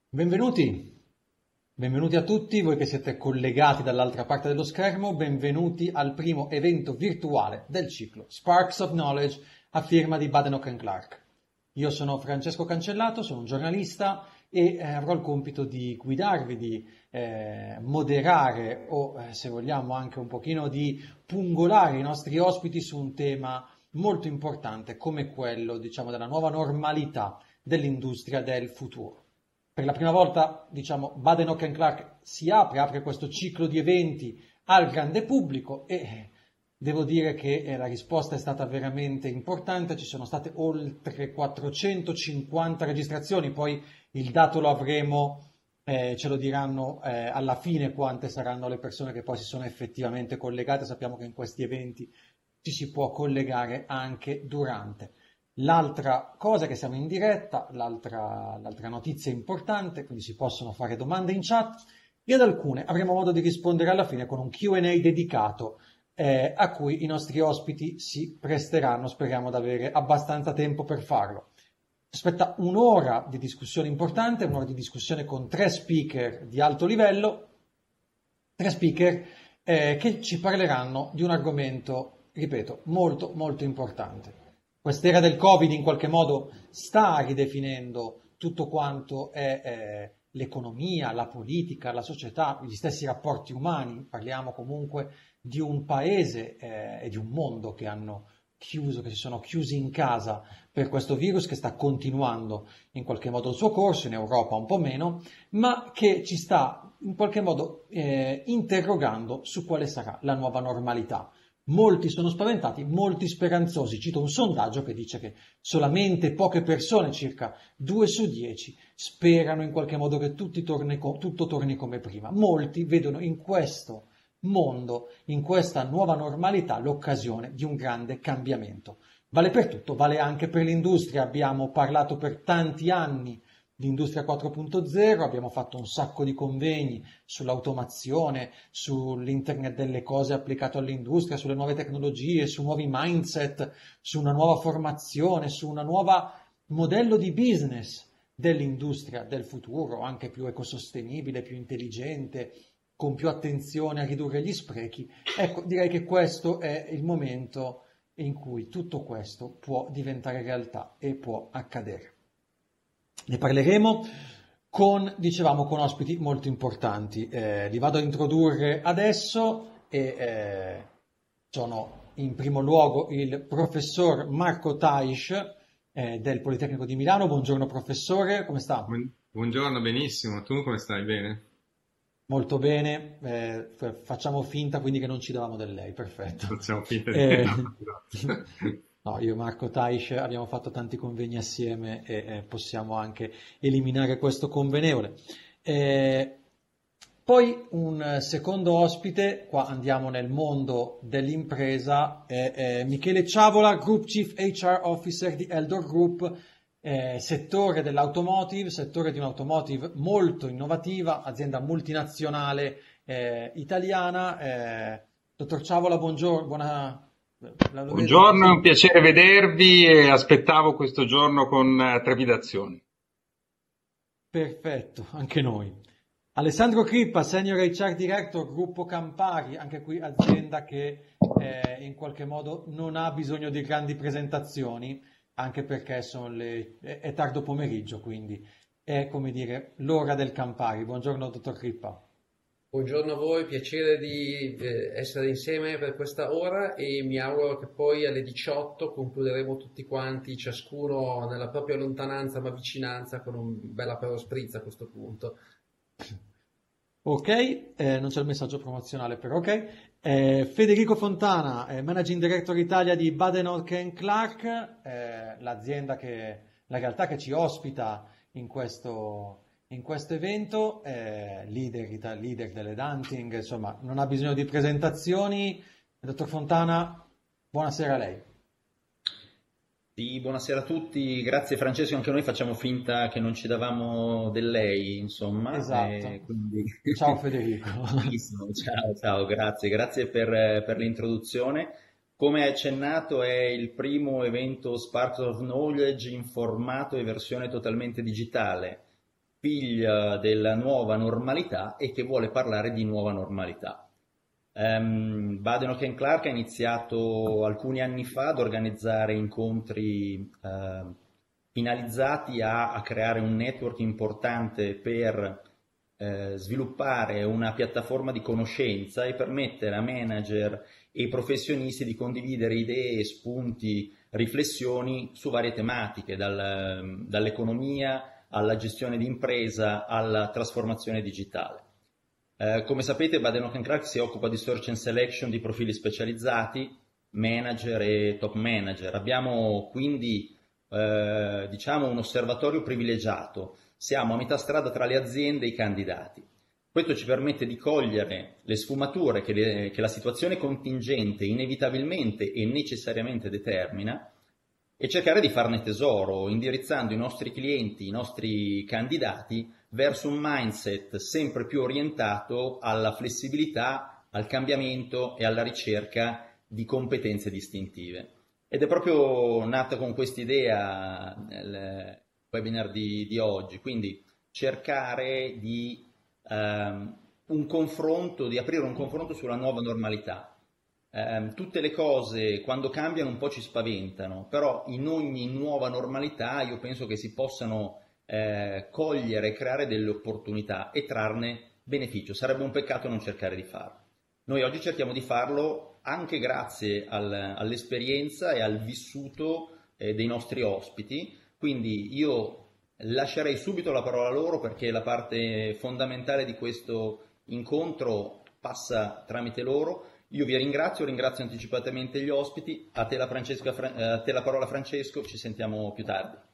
Benvenuti, benvenuti a tutti voi che siete collegati dall'altra parte dello schermo, benvenuti al primo evento virtuale del ciclo Sparks of Knowledge a firma di Badenoch Clark. Io sono Francesco Cancellato, sono un giornalista e avrò il compito di guidarvi, di moderare o se vogliamo anche un pochino di pungolare i nostri ospiti su un tema molto importante come quello, diciamo, della nuova normalità dell'industria del futuro. Per la prima volta, diciamo, Badenoch Clark apre questo ciclo di eventi al grande pubblico e devo dire che la risposta è stata veramente importante, ci sono state oltre 450 registrazioni, poi il dato lo avremo, ce lo diranno alla fine quante saranno le persone che poi si sono effettivamente collegate, sappiamo che in questi eventi ci si può collegare anche durante. L'altra cosa è che siamo in diretta, l'altra notizia importante, quindi si possono fare domande in chat e ad alcune avremo modo di rispondere alla fine con un Q&A dedicato a cui i nostri ospiti si presteranno, speriamo di avere abbastanza tempo per farlo. Aspetta un'ora di discussione importante, un'ora di discussione con tre speaker di alto livello, tre speaker che ci parleranno di un argomento, ripeto, molto molto importante. Quest'era del Covid in qualche modo sta ridefinendo tutto quanto è l'economia, la politica, la società, gli stessi rapporti umani. Parliamo comunque di un paese e di un mondo che hanno chiuso, che si sono chiusi in casa per questo virus che sta continuando in qualche modo il suo corso, in Europa un po' meno, ma che ci sta in qualche modo interrogando su quale sarà la nuova normalità. Molti sono spaventati, molti speranzosi. Cito un sondaggio che dice che solamente poche persone, circa 2 su 10, sperano in qualche modo che tutto torni come prima. Molti vedono in questo mondo, in questa nuova normalità, l'occasione di un grande cambiamento. Vale per tutto, vale anche per l'industria. Abbiamo parlato per tanti anni di Industria 4.0, abbiamo fatto un sacco di convegni sull'automazione, sull'Internet delle cose applicato all'industria, sulle nuove tecnologie, su nuovi mindset, su una nuova formazione, su un nuovo modello di business dell'industria del futuro, anche più ecosostenibile, più intelligente, con più attenzione a ridurre gli sprechi. Ecco, direi che questo è il momento in cui tutto questo può diventare realtà e può accadere. Ne parleremo dicevamo, con ospiti molto importanti. Li vado a introdurre adesso e sono in primo luogo il professor Marco Taisch del Politecnico di Milano. Buongiorno professore, come sta? Buongiorno, benissimo. Tu come stai? Bene? Molto bene, facciamo finta quindi che non ci davamo del lei, perfetto. Facciamo finta di Eh, no, esatto. no, io e Marco Taisch abbiamo fatto tanti convegni assieme e possiamo anche eliminare questo convenevole. Eh, Poi un secondo ospite, qua andiamo nel mondo dell'impresa, è Michele Ciavola, Group Chief HR Officer di Eldor Group, settore dell'automotive, settore di un'automotive molto innovativa, azienda multinazionale italiana. Dottor Ciavola, buongiorno, lo vedo Buongiorno, è così. un piacere vedervi e aspettavo questo giorno con trepidazione. Perfetto, anche noi. Alessandro Crippa, Senior HR Director, Gruppo Campari, anche qui azienda che in qualche modo non ha bisogno di grandi presentazioni, anche perché è tardo pomeriggio, quindi è come dire l'ora del Campari. Buongiorno, dottor Crippa. Buongiorno a voi, piacere di essere insieme per questa ora e mi auguro che poi alle 18 concluderemo tutti quanti, ciascuno nella propria lontananza ma vicinanza, con un bel Aperol Spritz a questo punto. Ok, non c'è il messaggio promozionale però, ok. Federico Fontana, Managing Director Italia di Badenoch Clark, la realtà che ci ospita in questo evento, leader delle Dunting, insomma, non ha bisogno di presentazioni. Dottor Fontana, buonasera a lei. Sì, buonasera a tutti, grazie Francesco, anche noi facciamo finta che non ci davamo del lei, insomma, Esatto. quindi Ciao Federico. benissimo, ciao, grazie per l'introduzione. Come accennato è il primo evento Sparks of Knowledge in formato e versione totalmente digitale. figlia della nuova normalità e che vuole parlare di nuova normalità. Badenoch & Clark ha iniziato alcuni anni fa ad organizzare incontri finalizzati a creare un network importante per sviluppare una piattaforma di conoscenza e permettere a manager e professionisti di condividere idee, spunti, riflessioni su varie tematiche, dall'economia alla gestione di impresa alla trasformazione digitale. Come sapete, Badenoch & Clark si occupa di search and selection di profili specializzati, manager e top manager. Abbiamo quindi un osservatorio privilegiato. Siamo a metà strada tra le aziende e i candidati. Questo ci permette di cogliere le sfumature che la situazione contingente inevitabilmente e necessariamente determina e cercare di farne tesoro, indirizzando i nostri clienti, i nostri candidati verso un mindset sempre più orientato alla flessibilità, al cambiamento e alla ricerca di competenze distintive. Ed è proprio nata con quest'idea nel webinar di oggi, quindi cercare di aprire un confronto sulla nuova normalità. Tutte le cose quando cambiano un po' ci spaventano, però in ogni nuova normalità io penso che si possano cogliere e creare delle opportunità e trarne beneficio. Sarebbe un peccato non cercare di farlo. Noi oggi cerchiamo di farlo anche grazie all'esperienza e al vissuto dei nostri ospiti, quindi io lascerei subito la parola a loro perché la parte fondamentale di questo incontro passa tramite loro. Io vi ringrazio anticipatamente gli ospiti, a te la parola Francesco, ci sentiamo più tardi.